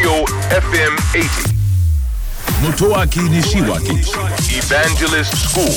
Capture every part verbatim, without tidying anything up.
Tokyo エフエムはちじゅう Motoaki Nishiwaki Evangelist School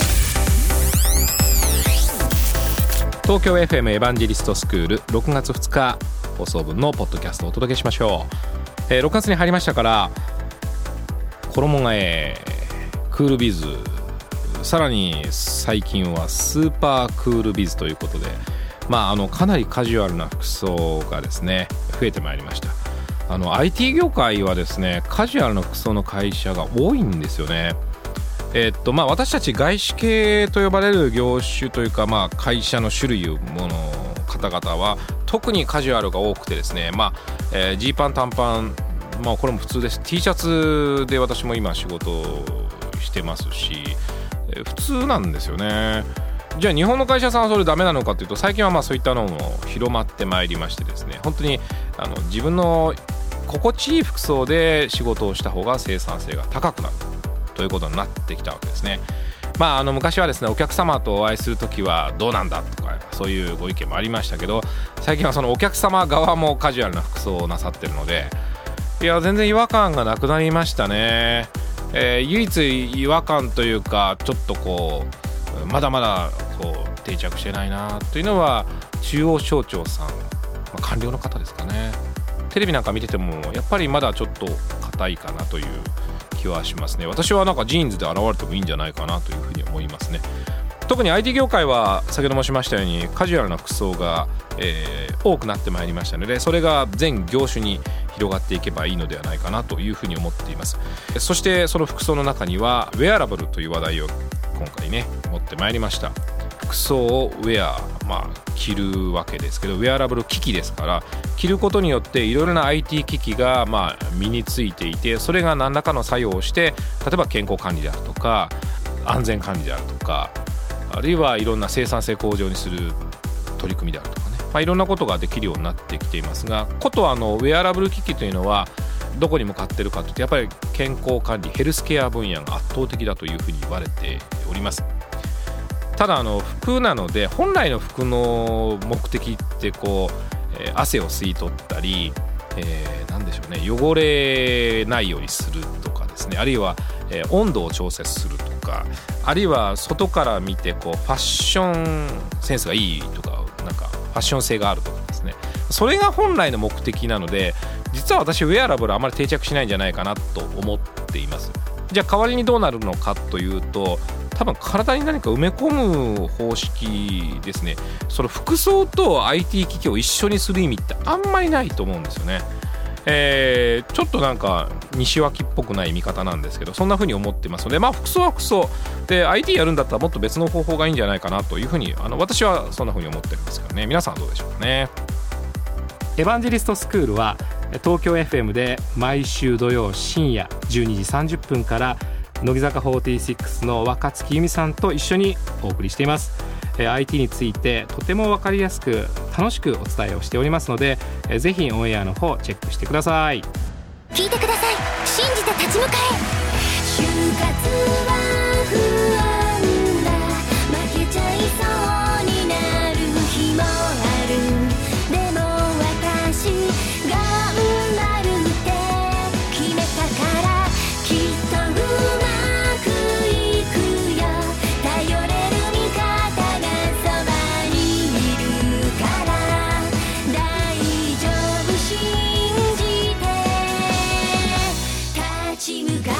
東京 エフエム エヴァンジェリストスクールろくがつふつか放送分のポッドキャストをお届けしましょう、えー、ろくがつに入りましたから衣替えクールビズさらに最近はスーパークールビズということで、まあ、あのかなりカジュアルな服装がですね増えてまいりました。あの アイティー 業界はですねカジュアルな服装の会社が多いんですよね。えーっとまあ、私たち外資系と呼ばれる業種というか、まあ、会社の種類もの方々は特にカジュアルが多くてですね、まあえー、ジーパン短パン、まあ、これも普通です。 T シャツで私も今仕事してますし、えー、普通なんですよね。じゃあ日本の会社さんはそれダメなのかというと、最近はまあそういったのも広まってまいりましてですね、本当にあの自分の心地いい服装で仕事をした方が生産性が高くなるということになってきたわけですね。まあ、あの昔はですねお客様とお会いするときはどうなんだとかそういうご意見もありましたけど、最近はそのお客様側もカジュアルな服装をなさってるので、いや全然違和感がなくなりましたね。えー、唯一違和感というかちょっとこうまだまだこう定着してないなというのは中央省庁さん、まあ、官僚の方ですかね。テレビなんか見ててもやっぱりまだちょっと硬いかなという気はしますね。私はなんかジーンズで現れてもいいんじゃないかなというふうに思いますね。特に アイティー 業界は先ほど申しましたようにカジュアルな服装が、えー、多くなってまいりましたので、それが全業種に広がっていけばいいのではないかなというふうに思っています。そしてその服装の中にはウェアラブルという話題を今回ね持ってまいりました。服装をウェア、まあ、着るわけですけど、ウェアラブル機器ですから着ることによっていろいろな アイティー 機器がまあ身についていて、それが何らかの作用をして例えば健康管理であるとか安全管理であるとか、あるいはいろんな生産性向上にする取り組みであるとかね、まあ、いろんなことができるようになってきていますが、ことあのウェアラブル機器というのはどこに向かっているかというと、やっぱり健康管理ヘルスケア分野が圧倒的だというふうに言われております。ただあの服なので本来の服の目的ってこう、えー、汗を吸い取ったり、えー、なんでしょうね汚れないようにするとかですね、あるいは、えー、温度を調節するとか、あるいは外から見てこうファッションセンスがいいとか、なんかファッション性があるとかですね、それが本来の目的なので、実は私ウェアラブルあまり定着しないんじゃないかなと思っています。じゃあ代わりにどうなるのかというと、多分体に何か埋め込む方式ですね。その服装と アイティー 機器を一緒にする意味ってあんまりないと思うんですよね。えー、ちょっとなんか西脇っぽくない見方なんですけど、そんな風に思ってますので、まあ服装は服装で アイティー やるんだったらもっと別の方法がいいんじゃないかなという風にあの私はそんな風に思ってるんですけどね。皆さんはどうでしょうかね。 エヴァンジェリストスクールは東京 エフエム で毎週土曜深夜じゅうにじさんじゅっぷんから乃木坂フォーティーシックスの若月由美さんと一緒にお送りしています。 アイティー についてとても分かりやすく楽しくお伝えをしておりますので、ぜひオンエアの方チェックしてください。 聞いてください。信じて立ち向かえ。就活は不安だ、負けちゃいそうになる日もある。でも私頑張るって決めたから、きっとうまくいくよ。頼れる味方がそばにいるから大丈夫、信じて立ち向か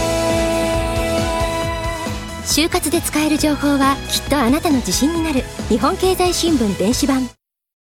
え。就活で使える情報はきっとあなたの自信になる。日本経済新聞電子版。